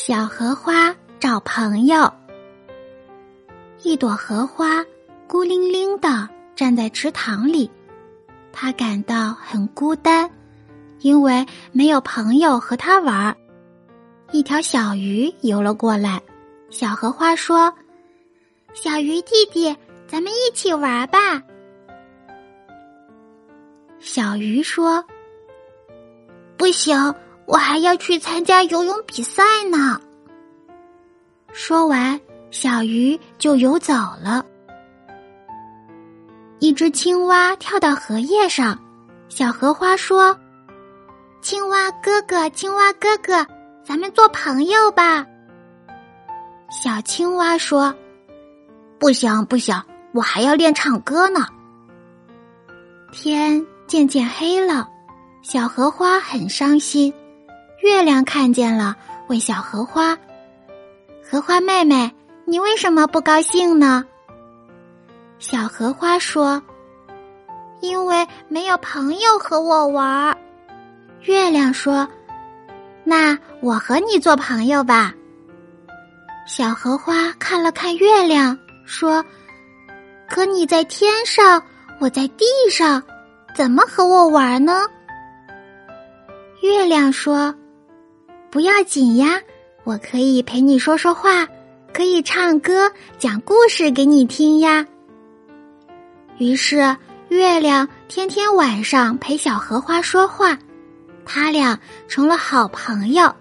小荷花找朋友。一朵荷花孤零零地站在池塘里，它感到很孤单，因为没有朋友和它玩。一条小鱼游了过来，小荷花说：“小鱼弟弟，咱们一起玩吧。”小鱼说：“不行，我还要去参加游泳比赛呢。”说完，小鱼就游走了。一只青蛙跳到荷叶上，小荷花说：“青蛙哥哥，青蛙哥哥，咱们做朋友吧。”小青蛙说：“不行不行，我还要练唱歌呢。”天渐渐黑了，小荷花很伤心。月亮看见了，问小荷花：“荷花妹妹，你为什么不高兴呢？”小荷花说：“因为没有朋友和我玩。”月亮说：“那我和你做朋友吧。”小荷花看了看月亮，说：“可你在天上，我在地上，怎么和我玩呢？”月亮说：“不要紧呀，我可以陪你说说话，可以唱歌讲故事给你听呀。”于是月亮天天晚上陪小荷花说话，他俩成了好朋友。